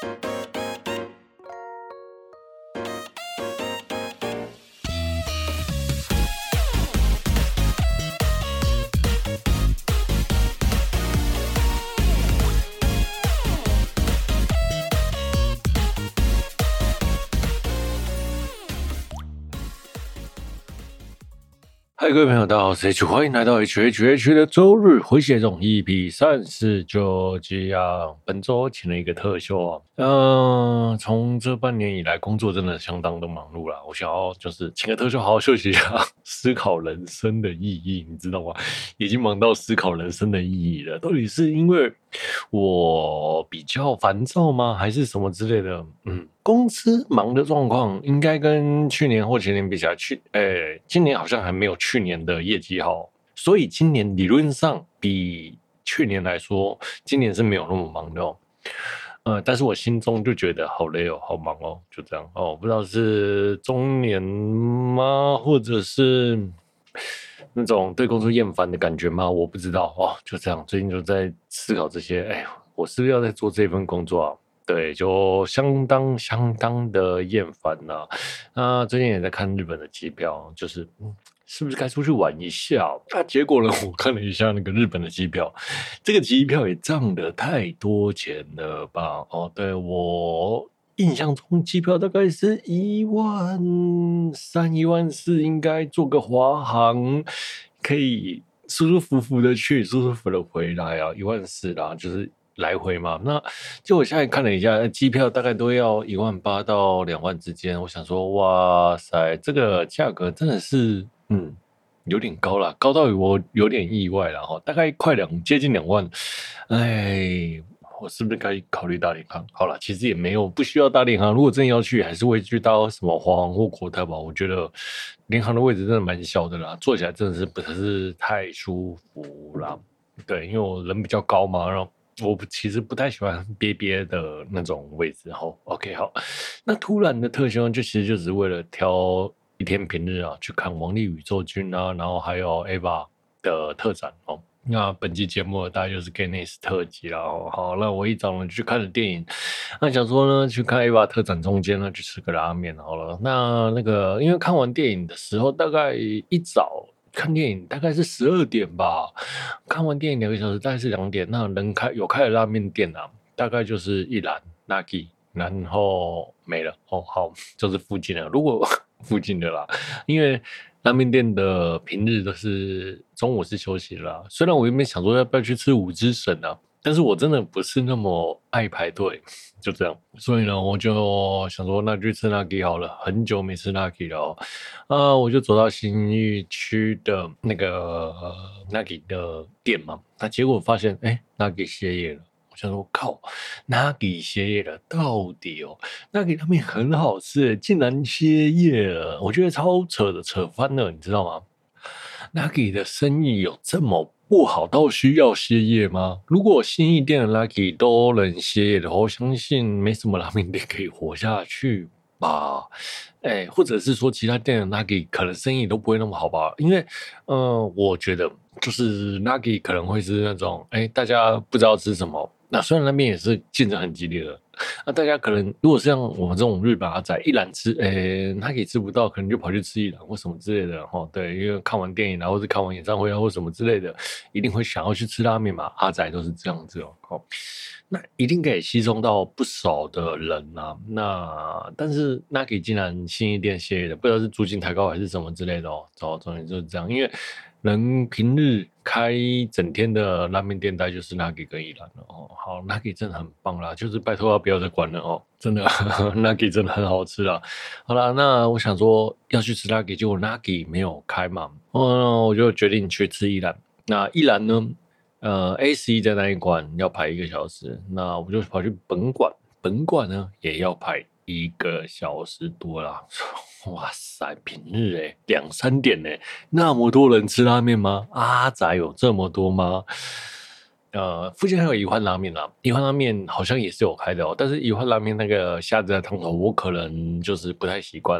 嗨，各位朋友，大家好，我是 H， 欢迎来到 HHH 的周日回血中 EP39集啊。本周请了一个特休啊，从这半年以来，工作真的相当的忙碌啦。我想要就是请个特休，好好休息一下，思考人生的意义，你知道吗？已经忙到思考人生的意义了。到底是因为我比较烦躁吗？还是什么之类的？公司忙的状况应该跟去年或前年比起来，今年好像还没有去年的业绩好，所以今年理论上比去年来说，今年是没有那么忙的哦。但是我心中就觉得好累哦，好忙哦，就这样哦，不知道是中年吗，或者是那种对工作厌烦的感觉吗？我不知道哦，就这样，最近就在思考这些，我是不是要在做这份工作啊？对，就相当的厌烦啦。那最近也在看日本的机票，就是是不是该出去玩一下？结果呢，我看了一下那个日本的机票，这个机票也涨得太多钱了吧？哦，对，我印象中机票大概是13000、14000，应该坐个华航可以舒舒服服的去，舒舒服服的回来啊，14000啦，就是来回嘛。那就我现在看了一下，机票大概都要18000到2万之间。我想说，哇塞，这个价格真的是有点高啦，高到我有点意外啦齁，大概接近2万。我是不是该考虑大联航？好啦，其实也没有不需要大联航，如果真的要去，还是会去到什么华航或国泰吧。我觉得联航的位置真的蛮小的啦，坐起来真的是不是太舒服啦。对，因为我人比较高嘛，然后我其实不太喜欢憋憋的那种位置。好 ，OK， 好。那突然的特休就其实就只是为了挑一天平日啊，去看王力宇宙军啊，然后还有 EVA 的特展哦。那本期节目大概就是 Gaines 特辑啦哦。好，那我一早呢去看了电影，那想说呢去看 EVA 特展中间呢去吃个拉面好了。那个因为看完电影的时候，大概一早看电影大概是12点吧，看完电影2个小时大概是2点。那有开的拉面店啊，大概就是一兰 Nagi。然后没了哦，好，就是附近的。如果附近的啦，因为拉面店的平日都是中午是休息的啦。虽然我原本想说要不要去吃五之神啊，但是我真的不是那么爱排队，就这样。所以呢，我就想说那就去吃 Nagi 好了，很久没吃 Nagi 了哦。我就走到信义区的那个Nagi 的店嘛，那结果发现Nagi 歇业了。我想说靠，Nagi 歇业了，到底Nagi 他们很好吃，竟然歇业了，我觉得超扯的，扯翻了，你知道吗？Nagi 的生意有这么不好到需要歇业吗？如果新义店的 Nagi 都能歇业的话，我相信没什么拉面店可以活下去吧。或者是说其他店的 Nagi 可能生意都不会那么好吧，因为我觉得就是 Nagi 可能会是那种大家不知道吃什么。那虽然那边也是竞争很激烈的，那大家可能如果是像我们这种日本阿仔一兰吃，他可以吃不到，可能就跑去吃一兰或什么之类的哈。对，因为看完电影啊，或是看完演唱会啊，或什么之类的，一定会想要去吃拉面嘛。阿仔都是这样子哦。那一定可以吸收到不少的人啊。但是Nagi竟然新一店歇业的，不知道是租金太高还是什么之类的哦。重点就是这样，因为能平日开整天的拉面店，大概就是 Nagi 跟一兰了哦。好 ，Nagi 真的很棒啦，就是拜托不要再关了哦，真的Nagi 真的很好吃啦。好啦，那我想说要去吃 Nagi，结果 Nagi 没有开嘛，我就决定去吃一兰。那一兰呢，A11的那一馆要排1个小时，那我就跑去本馆呢也要排1个小时多啦。哇塞，平日2、3点那么多人吃拉面吗？阿仔有这么多吗？附近还有宜欢拉面啦，宜欢拉面好像也是有开的哦，但是宜欢拉面那个虾子的汤头我可能就是不太习惯哦。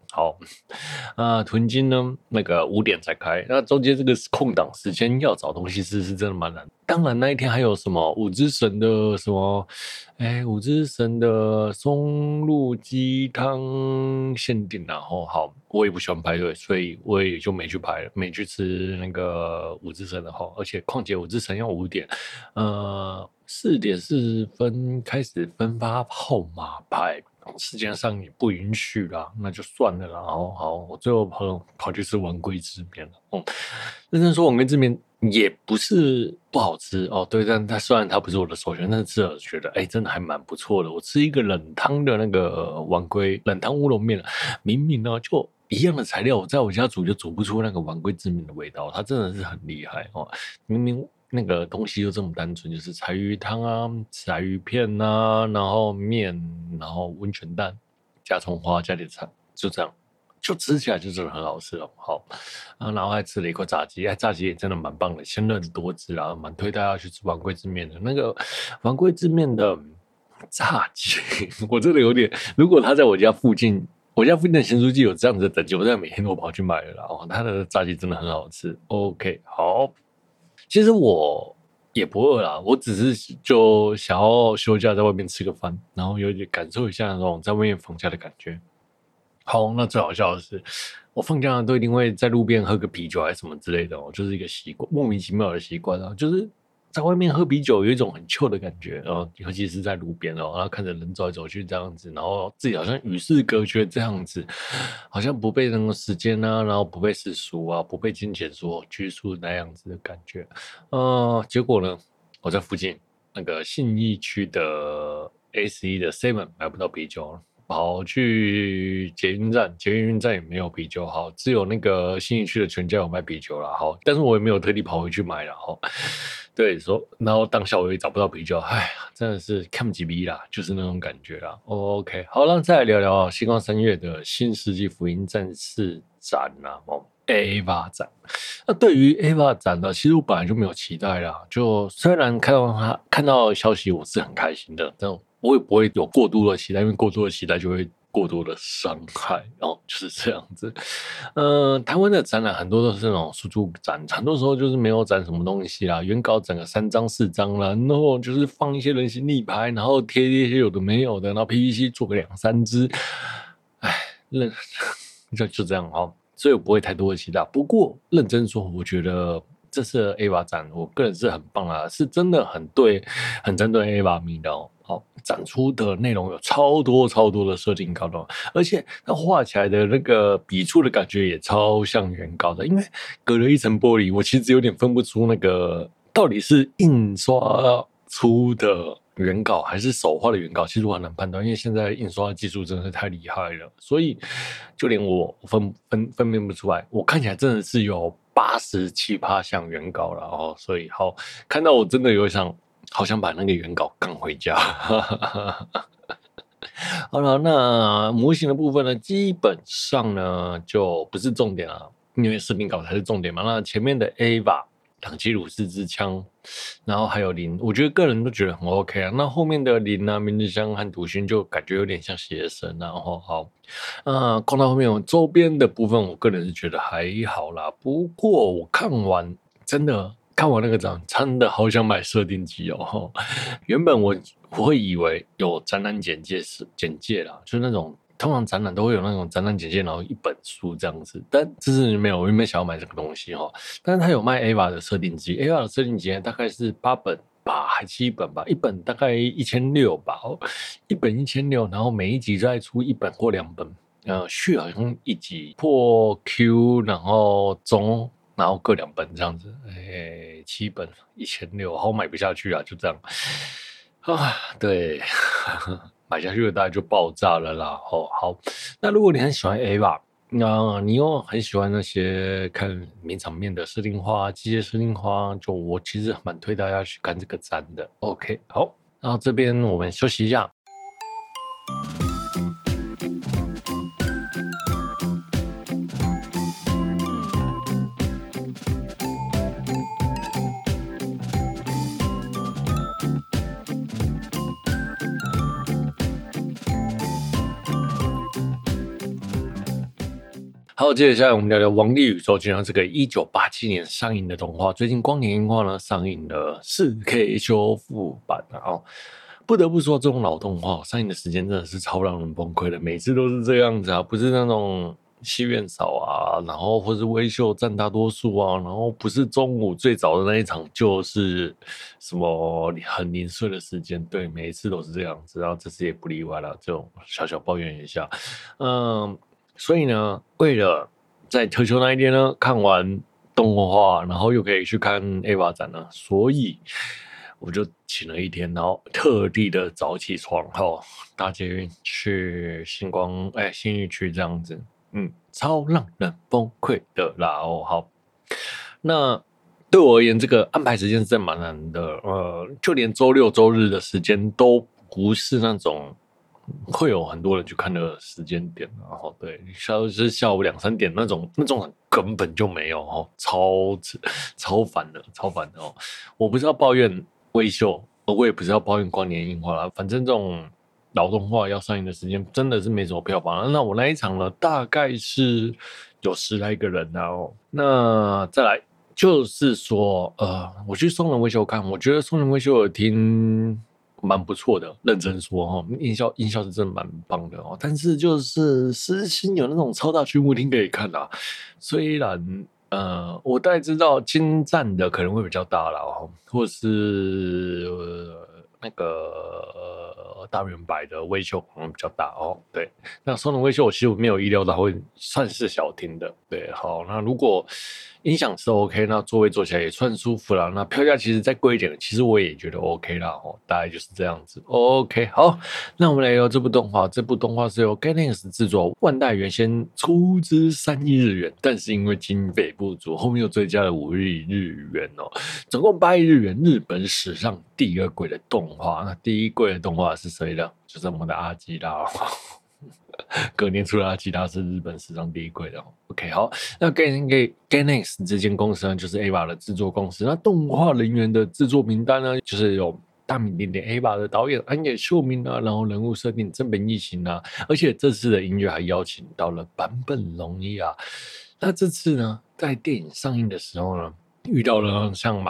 好，屯金呢，那个5点才开，那中间这个空档时间要找东西吃是真的蛮难。当然那一天还有什么五之神的什么，五之神的松露鸡汤限定然后好，我也不喜欢排队，所以我也就没去排了，没去吃那个五之神的哈。而且况且五之神要5点，4:40开始分发号码牌。时间上也不允许啦，那就算了啦。好，我最后跑去吃丸龟之面了。认真说，丸龟之面也不是不好吃哦。对，但它虽然它不是我的首选，但是吃了觉得真的还蛮不错的。我吃一个冷汤的那个丸龟冷汤乌龙面，明明呢就一样的材料，我在我家煮就煮不出那个丸龟之面的味道，它真的是很厉害哦。明明那个东西就这么单纯，就是柴鱼汤啊、柴鱼片啊，然后面，然后温泉蛋，加葱花，加点菜，就这样，就吃起来就真的很好吃哦。好，然后还吃了一块炸鸡，炸鸡也真的蛮棒的，鲜嫩多汁啊，蛮推大家去吃丸龟之面的。那个丸龟之面的炸鸡，我真的有点，如果他在我家附近。我家附近的咸酥鸡有这样子的等级，我在每天都跑去买了啦。它的炸鸡真的很好吃。OK， 好。其实我也不饿啦，我只是就想要休假在外面吃个饭，然后有点感受一下那种在外面放假的感觉。好，那最好笑的是，我放假都一定会在路边喝个啤酒还是什么之类的就是一个习惯，莫名其妙的习惯啊，就是在外面喝啤酒有一种很chill的感觉尤其是在路边然后看着人走来走去这样子，然后自己好像与世隔绝这样子，好像不被那个时间啊，然后不被世俗啊，不被金钱所拘束那样子的感觉。结果呢，我在附近那个信义区的 A11的 Seven 买不到啤酒，跑去捷运站，捷运站也没有啤酒，好，只有那个信义区的全家有卖啤酒啦，好，但是我也没有特地跑回去买了，好，对，然后当下我也找不到啤酒，哎呀，真的是看不起逼啦，就是那种感觉啦。OK， 好，那再来聊聊星光三月的新世纪福音战士展啦，AVA 展。那对于 AVA 展呢，其实我本来就没有期待啦，就虽然看到消息我是很开心的，但我也不会有过度的期待，因为过度的期待就会过多的伤害，就是这样子。台湾的展览很多都是那种输出展，很多时候就是没有展什么东西啦，原稿整个3张4张啦，然后就是放一些人形立牌，然后贴一些有的没有的，然后 PVC 做个2、3支，就这样所以我不会太多的期待。不过认真说，我觉得这次的 AVA 展，我个人是很棒啦，是真的很针对 AVA 迷的展出的内容有超多的设定稿的，而且它画起来的那个笔触的感觉也超像原稿的，因为隔了一层玻璃，我其实有点分不出那个到底是印刷出的原稿还是手画的原稿，其实我很难判断，因为现在印刷技术真的是太厉害了，所以就连我分辨不出来，我看起来真的是有87%像原稿了所以看到我真的好想把那个原稿赶回家。好了，那模型的部分呢，基本上呢就不是重点了，因为视频稿才是重点嘛。那前面的 AVA 朗基鲁斯之枪，然后还有林，我觉得个人都觉得很 OK 啊。那后面的林啊、明日香和独勋就感觉有点像邪神然后逛到后面周边的部分，我个人是觉得还好啦。不过我看完那个展，真的好想买设定集原本我会以为有展览简介啦，就是那种通常展览都会有那种展览简介，然后一本书这样子。但这次没有，我原本想要买这个东西但是他有卖 AVA 的设定集 ，AVA 的设定集大概是8本吧，还7本吧，一本大概1600吧一本1600，然后每一集再出1本或2本。续好像一集破 Q， 然后中。然后各2本这样子，7本1600，好买不下去啊，就这样对，买下去的大概就爆炸了啦好，那如果你很喜欢 AVA， 那你又很喜欢那些看名场面的设定画、机械设定画，就我其实蛮推大家去看这个展的。OK， 好，然后这边我们休息一下。 好，接下来我们聊聊《王力宇宙》，就像这个1987年上映的动画，最近光年樱花呢上映了 4K 修复版啊。不得不说，这种老动画上映的时间真的是超让人崩溃的，每次都是这样子啊，不是那种戏院少啊，然后或是微秀占大多数啊，然后不是中午最早的那一场，就是什么很零碎的时间，对，每一次都是这样子，然后这次也不例外了，这种小小抱怨一下，所以呢，为了在特休那一天呢看完动画，然后又可以去看 AVA 展呢，所以我就请了一天，然后特地的早起床后搭捷运去信义区这样子，超让人崩溃的啦哦。好，那对我而言，这个安排时间是真蛮难的，就连周六周日的时间都不是那种会有很多人去看的时间点，然后对，是下午2、3点那种根本就没有哦，超烦的，超烦的哦。我不是要抱怨微秀，我也不是要抱怨光年樱花啦，反正这种老动画要上映的时间真的是没什么票房。那我那一场呢，大概是有10来个人哦。那再来就是说，我去松仁微秀看，我觉得松仁微秀的厅蛮不错的，认真说哈，音效是真的蛮棒的哦。但是就是私心有那种超大巨幕厅可以看啊，虽然我大概知道金站的可能会比较大啦哦，或是那个大圆柏的微秀可能比较大哦。对，那松仁微秀我其实没有意料到会算是小厅的。对，好，那如果音响是 OK，那座位坐起来也算舒服啦。那票价其实再贵一点，其实我也觉得 OK 啦哦，大概就是这样子。OK，好，那我们来聊这部动画。这部动画是由 Gainax 制作，万代原先出资3亿日元，但是因为经费不足，后面又追加了5亿日元哦，总共8亿日元，日本史上第2贵的动画。那第1贵的动画是谁呢？就是我们的阿基拉哦。隔年出了阿基拉是日本史上第1贵的哦。OK， 好，那 Gainax 这间公司呢，就是 AVA 的制作公司。那动画人员的制作名单呢，就是有大名鼎鼎 AVA 的导演安野秀明啊，然后人物设定真本义行啊，而且这次的音乐还邀请到了坂本龙一啊。那这次呢，在电影上映的时候呢，遇到了像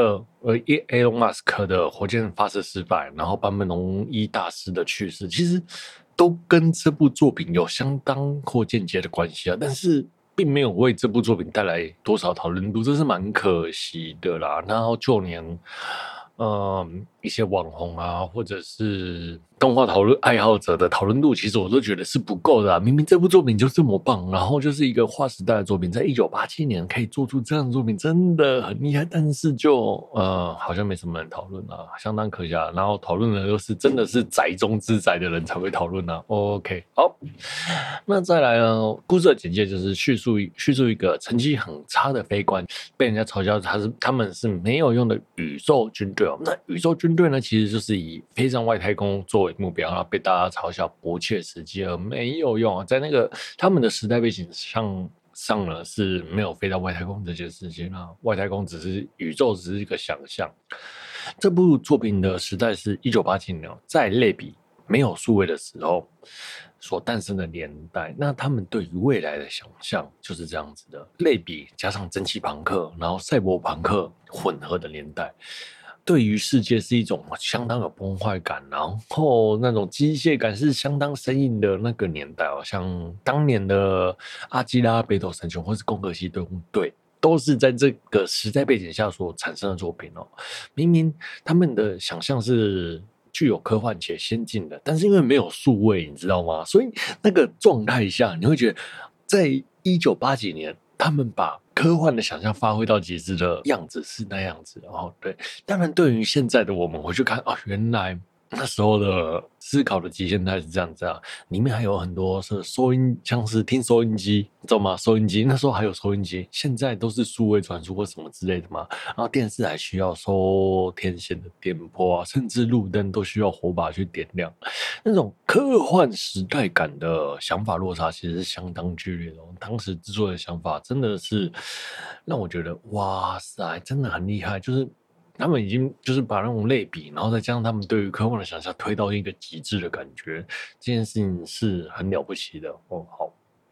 Elon Musk 的火箭发射失败，然后坂本龙一大师的去世，其实都跟这部作品有相当或间接的关系啊，但是并没有为这部作品带来多少讨论度，这是蛮可惜的啦。然后就连一些网红啊，或者是动画讨论爱好者的讨论度，其实我都觉得是不够的啊。明明这部作品就这么棒，然后就是一个划时代的作品，在1987年可以做出这样的作品，真的很厉害。但是就好像没什么人讨论啊，相当可惜啊。然后讨论的又是真的是宅中之宅的人才会讨论啊。OK， 好，那再来呢？故事的简介就是叙述一个成绩很差的飞官，被人家嘲笑他们是没有用的宇宙军队哦。那宇宙军队呢，其实就是以飞上外太空作为目标，然后被大家嘲笑不切实际而没有用啊。在那个他们的时代背景上呢是没有飞到外太空这件事情啊，外太空宇宙只是一个想象。这部作品的时代是1987年，在类比没有数位的时候所诞生的年代，那他们对于未来的想象就是这样子的，类比加上蒸汽朋克，然后赛博朋克混合的年代，对于世界是一种相当有崩坏感，然后那种机械感是相当生硬的那个年代哦，像当年的阿基拉、北斗神拳或是攻壳机动队。都是在这个时代背景下所产生的作品哦。明明他们的想象是具有科幻且先进的，但是因为没有数位，你知道吗？所以那个状态下，你会觉得在1980几年，他们把科幻的想象发挥到极致的样子是那样子。然后对，当然对于现在的我们回去看啊，原来那时候的思考的极限态是这样子啊，里面还有很多是像是听收音机，你知道吗？收音机那时候还有收音机，现在都是数位传输或什么之类的嘛。然后电视还需要收天线的电波啊，甚至路灯都需要火把去点亮。那种科幻时代感的想法落差其实是相当剧烈的哦。当时制作的想法真的是让我觉得哇塞，真的很厉害，就是。他们已经就是把那种类比，然后再加上他们对于科幻的想象推到一个极致的感觉，这件事情是很了不起的哦。好，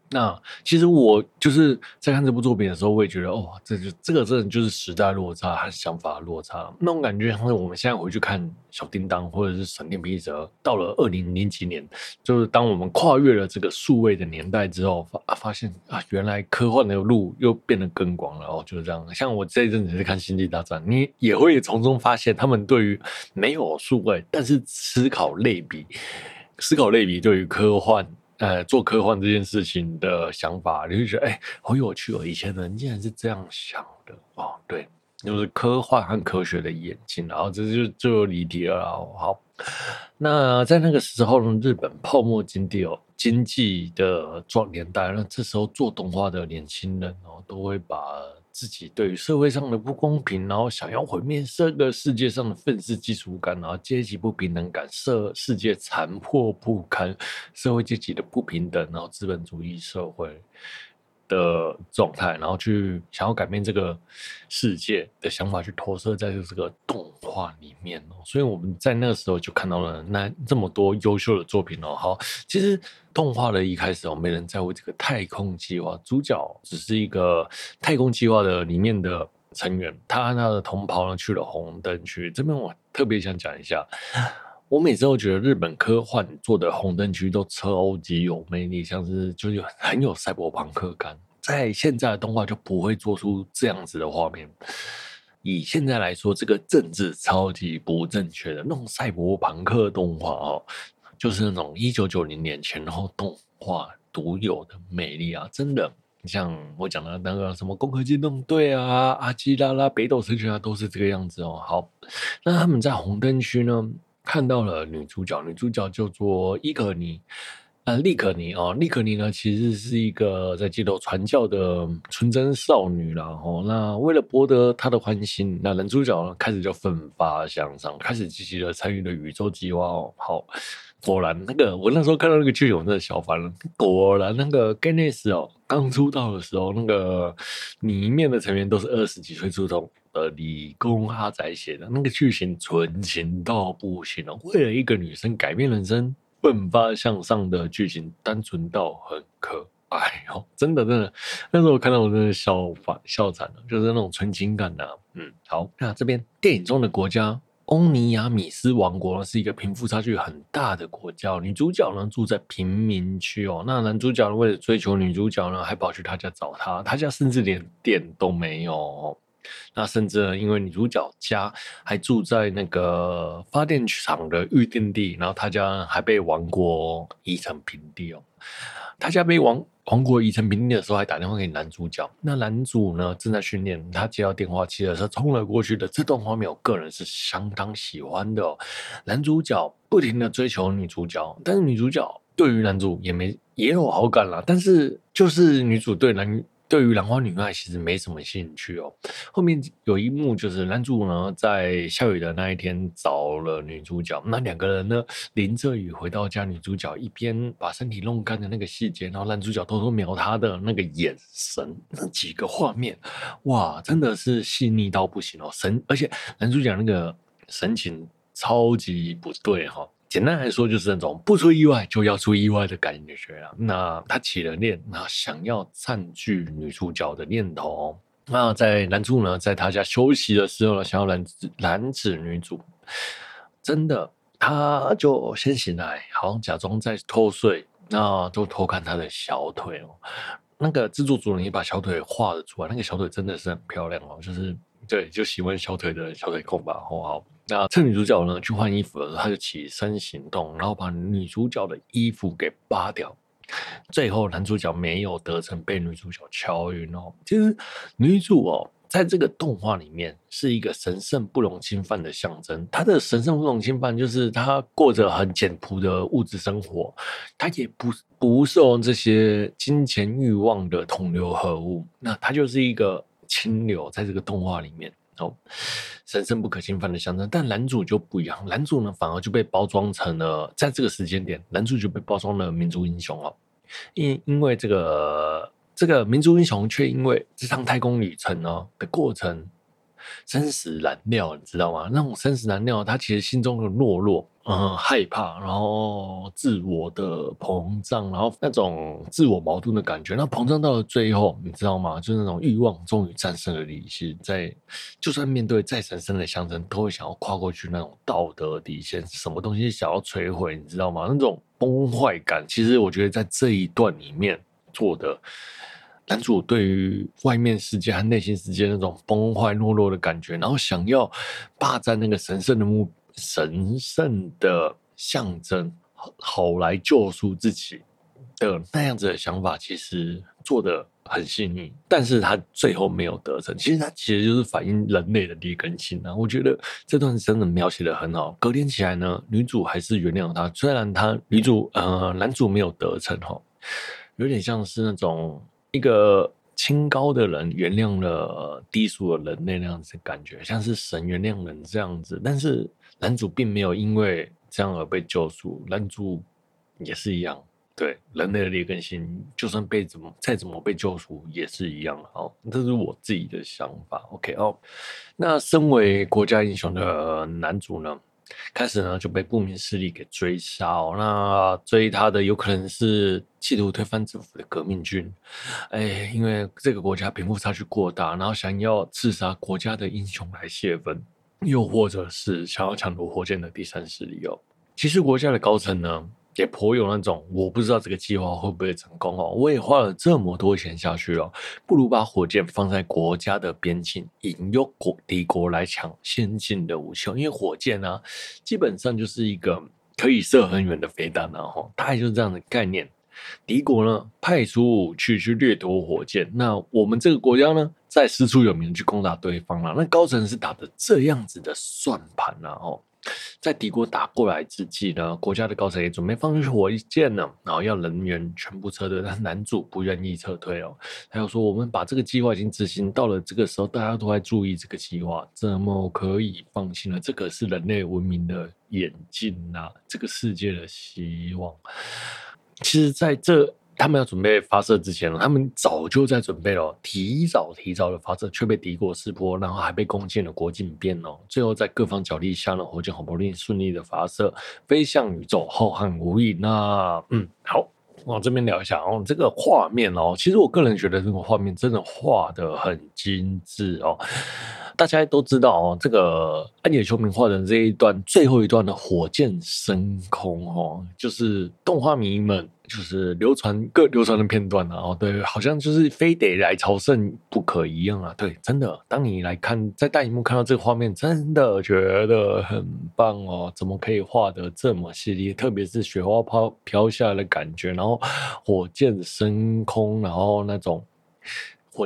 那其实我就是在看这部作品的时候，我也觉得哦，这个真的就是时代落差和想法落差，那种感觉像是我们现在回去看小叮当或者是闪电霹雳蛇，到了2000几年，就是当我们跨越了这个数位的年代之后，发现啊，原来科幻的路又变得更广了哦，就是这样。像我这一阵子在看《星际大战》，你也会从中发现他们对于没有数位，但是思考类比对于科幻。做科幻这件事情的想法，你就觉得好有趣哦！以前的人竟然是这样想的哦，对，就是科幻和科学的演进，然后就离题了哦。好，那在那个时候呢，日本泡沫经济的年代，那这时候做动画的年轻人哦，都会把自己对于社会上的不公平，然后想要毁灭这个世界上的愤世嫉俗感，然后阶级不平等感，世界残破不堪，社会阶级的不平等，然后资本主义社会的状态，然后去想要改变这个世界的想法，去投射在这个动画里面哦。所以我们在那个时候就看到了这么多优秀的作品哦。好，其实动画的一开始哦，没人在乎这个太空计划，主角只是一个太空计划的里面的成员，他和他的同袍呢去了红灯区。这边我特别想讲一下。我每次都觉得日本科幻做的红灯区都超级有魅力，像是就是很有赛博朋克感，在现在的动画就不会做出这样子的画面。以现在来说，这个政治超级不正确的那种赛博朋克动画哦，就是那种1990年前后动画独有的魅力啊，真的。像我讲的那个什么攻壳机动队啊、阿基拉拉、北斗神拳啊，都是这个样子哦。好，那他们在红灯区呢？看到了女主角，女主角叫做利可尼哦，利可尼呢其实是一个在街头传教的纯真少女啦哦。那为了博得她的欢心，那男主角呢开始就奋发向上，开始积极的参与了宇宙计划哦。好，果然我那时候看到那个剧情，我真的笑翻了。果然那个 Gaines 哦，刚出道的时候，那个里面的成员都是20几岁出头的理工阿宅写的，那个剧情纯情到不行哦，为了一个女生改变人生。奋发向上的剧情，单纯到很可爱哦，真的，那时候我看到我真的笑惨了，就是那种纯情感啊。好，那这边电影中的国家欧尼亚米斯王国呢，是一个贫富差距很大的国家，女主角呢住在贫民区哦，那男主角呢为了追求女主角呢，还跑去她家找她，她家甚至连电都没有哦。那甚至呢，因为女主角家还住在那个发电厂的预定地，然后她家还被王国夷成平地哦。她家被王国夷成平地的时候，还打电话给男主角。那男主呢正在训练，他接到电话，骑着车冲了过去的。这段画面，我个人是相当喜欢的哦。男主角不停的追求女主角，但是女主角对于男主也有好感啦，但是就是女主对于兰花女爱其实没什么兴趣哦。后面有一幕就是男主呢在下雨的那一天找了女主角，那两个人呢淋着雨回到家，女主角一边把身体弄干的那个细节，然后男主角偷偷瞄她的那个眼神，那几个画面，哇，真的是细腻到不行哦，而且男主角那个神情超级不对哈。简单来说，就是那种不出意外就要出意外的感觉啊。那他起了念，那想要占据女主角的念头。那在男主呢，在他家休息的时候呢，想要拦止女主，真的，他就先醒来，好像假装在偷睡，那就偷看他的小腿哦。那个制作组人也把小腿画了出来，那个小腿真的是很漂亮哦，就是对，就喜欢小腿的小腿控吧，好。那趁女主角呢去换衣服的时候，他就起身行动，然后把女主角的衣服给扒掉。最后男主角没有得逞，被女主角敲晕哦。其实女主哦，在这个动画里面是一个神圣不容侵犯的象征。她的神圣不容侵犯就是她过着很简朴的物质生活，她也不受这些金钱欲望的同流合污。那她就是一个清流，在这个动画里面。神圣不可侵犯的象征，但男主就不一样，男主呢反而就被包装成了，在这个时间点，男主就被包装了民族英雄哦，因为这个民族英雄却因为这趟太空旅程呢的过程生死难料，你知道吗？那种生死难料，他其实心中的懦弱，害怕，然后自我的膨胀，然后那种自我矛盾的感觉，那膨胀到了最后，你知道吗？就是那种欲望终于战胜了理性，就算面对再神圣的象征，都会想要跨过去那种道德底线，什么东西想要摧毁，你知道吗？那种崩坏感，其实我觉得在这一段里面做的。男主对于外面世界和内心世界那种崩坏懦弱的感觉，然后想要霸占那个神圣的象征，好来救赎自己的那样子的想法，其实做的很细腻，但是他最后没有得逞。其实他其实就是反映人类的劣根性啊。我觉得这段真的描写的很好。隔天起来呢，女主还是原谅了他，虽然男主没有得逞有点像是那种一个清高的人原谅了低俗的人类那样子的感觉，像是神原谅人这样子。但是男主并没有因为这样而被救赎，男主也是一样。对人类的劣根性，就算再怎么被救赎，也是一样。好，这是我自己的想法。OK 那身为国家英雄的男主呢，开始呢就被不明势力给追杀那追他的有可能是企图推翻政府的革命军，因为这个国家贫富差距过大，然后想要刺杀国家的英雄来泄愤，又或者是想要抢夺火箭的第三势力其实国家的高层呢，也颇有那种我不知道这个计划会不会成功我也花了这么多钱下去不如把火箭放在国家的边境，引诱敌国来抢先进的武器因为火箭基本上就是一个可以射很远的飞弹大概就是这样的概念。敌国呢派出武器去掠夺火箭，那我们这个国家呢再师出有名去攻打对方那高层是打着这样子的算盘在敌国打过来之际呢，国家的高层也准备放出火箭呢，然后要人员全部撤退，但是男主不愿意撤退他又说我们把这个计划已经执行到了这个时候，大家都在注意这个计划，怎么可以放弃呢？这个是人类文明的演进这个世界的希望。其实在他们要准备发射之前他们早就在准备了提早的发射，却被敌国识破，然后还被攻进了国境边最后在各方角力下火箭好不容易顺利的发射，飞向宇宙，浩瀚无垠好，往这边聊一下这个画面其实我个人觉得这个画面真的画得很精致大家都知道这个安野秀明画的这一段最后一段的火箭升空就是动画迷们就是各流传的片段对，好像就是非得来朝圣不可一样对，真的，当你来看在大荧幕看到这个画面，真的觉得很棒怎么可以画得这么细腻？特别是雪花飘下来的感觉，然后火箭升空，然后那种火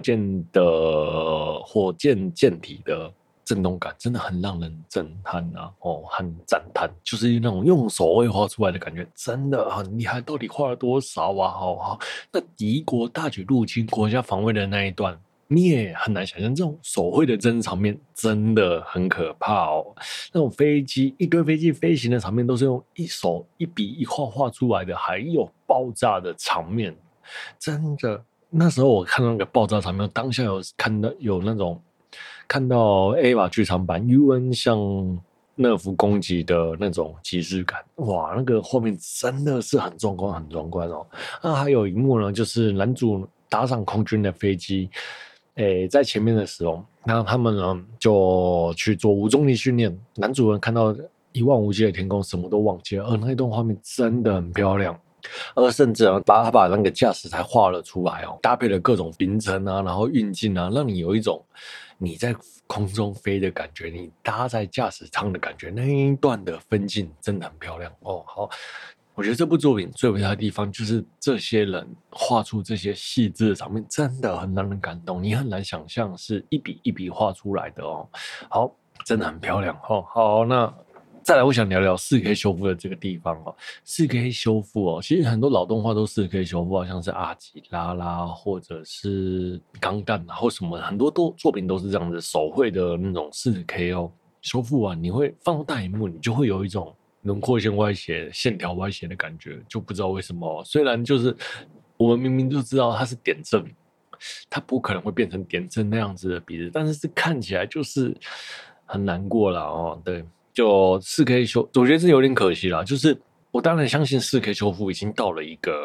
箭舰体的震动感真的很让人震撼很赞叹，就是那种用手绘画出来的感觉真的很厉害，到底画了多少那敌国大举入侵国家防卫的那一段，你也很难想象，这种手绘的真实场面真的很可怕那种一堆飞机飞行的场面都是用一手一笔一画出来的，还有爆炸的场面，真的。那时候我看到那个爆炸场面，当下有那种看到 AVA 剧场版 UN 向那幅攻击的那种即视感，哇，那个画面真的是很壮观，很壮观那还有一幕呢，就是男主搭上空军的飞机，在前面的时候，那他们呢就去做无重力训练，男主人看到一望无际的天空，什么都忘记了，那一段画面真的很漂亮。甚至把那个驾驶台画了出来搭配了各种云层然后运镜让你有一种你在空中飞的感觉，你搭在驾驶舱的感觉，那一段的分镜真的很漂亮好，我觉得这部作品最伟大的地方就是这些人画出这些细致的场面，真的很让人感动，你很难想象是一笔一笔画出来的好，真的很漂亮好，那再来我想聊聊 4K 修复的这个地方4K 修复其实很多老动画都 4K 修复像是阿基拉啦，或者是钢弹或什么，很多作品都是这样子手绘的那种 4K 修复你会放到大荧幕，你就会有一种轮廓线歪斜、线条歪斜的感觉，就不知道为什么虽然就是我们明明就知道它是点阵， 它不可能会变成点阵那样子的鼻子，但是看起来就是很难过啦哦。对，就4K 修，我觉得这有点可惜啦。就是我当然相信4K 修复已经到了一个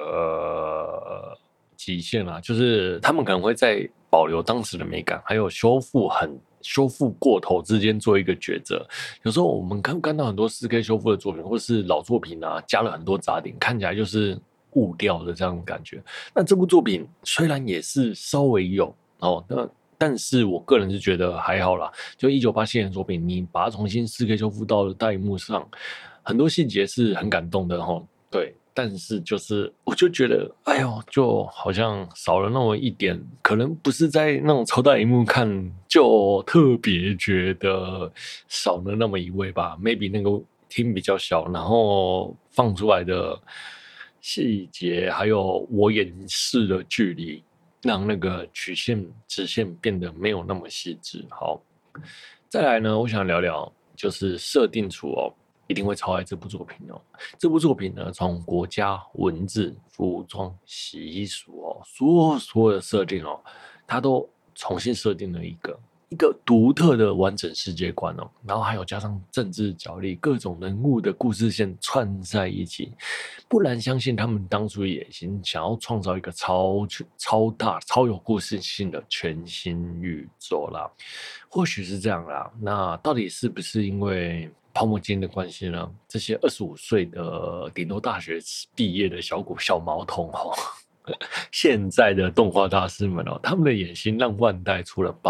极限啦，就是他们可能会在保留当时的美感，还有修复过头之间做一个抉择。有时候我们看到很多4K 修复的作品，或是老作品啊，加了很多杂点，看起来就是雾掉的这样的感觉。那这部作品虽然也是稍微有哦，但是我个人是觉得还好啦。就1987年的作品，你把它重新4K 修复到了大荧幕上，很多细节是很感动的哦。对，但是就是我就觉得，哎呦，就好像少了那么一点，可能不是在那种超大荧幕看，就特别觉得少了那么一位吧。maybe 那个厅比较小，然后放出来的细节，还有我眼视的距离，让那个曲线直线变得没有那么细致。好，再来呢，我想聊聊就是设定组哦。一定会超爱这部作品哦。这部作品呢，从国家、文字、服装、习俗哦，所有的设定哦，它都重新设定了一个独特的完整世界观哦。然后还有加上政治角力，各种人物的故事线串在一起，不然相信他们当初也想要创造一个超大、超有故事性的全新宇宙啦。或许是这样啦。那到底是不是因为泡沫经的关系呢？这些25岁的顶多大学毕业的小毛童哦，现在的动画大师们哦，他们的野心让万代出了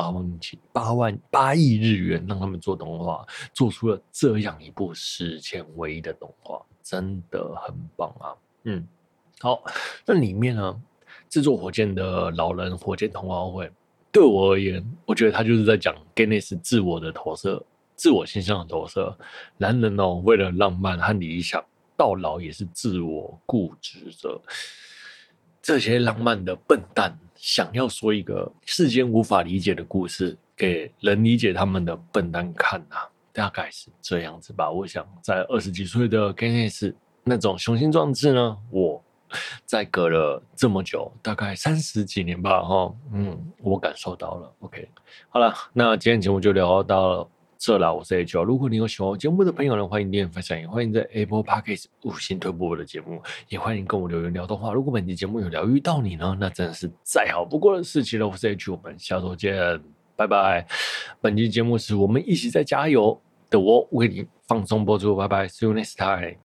8亿日元让他们做动画，做出了这样一部史前唯一的动画，真的很棒啊！好，那里面呢，制作火箭的老人火箭童话会，对我而言，我觉得他就是在讲 Gaines 自我的投射。自我形象的投射，男人哦，为了浪漫和理想，到老也是自我固执着。这些浪漫的笨蛋想要说一个世间无法理解的故事，给能理解他们的笨蛋看啊，大概是这样子吧。我想，在20几岁的 Gaines 那种雄心壮志呢，我在隔了这么久，大概30几年吧，我感受到了。OK， 好了，那今天节目就聊到这啦，我是 H 如果你有喜欢我节目的朋友呢，欢迎订阅分享，也欢迎在 Apple Podcast 5星推播我的节目，也欢迎跟我留言聊动画。如果本期节目有疗愈到你呢，那真的是再好不过的事情了。我是 H， 我们下周见，拜拜。本期节目是我们一起在加油的我为你放松播出，拜拜 ，See you next time。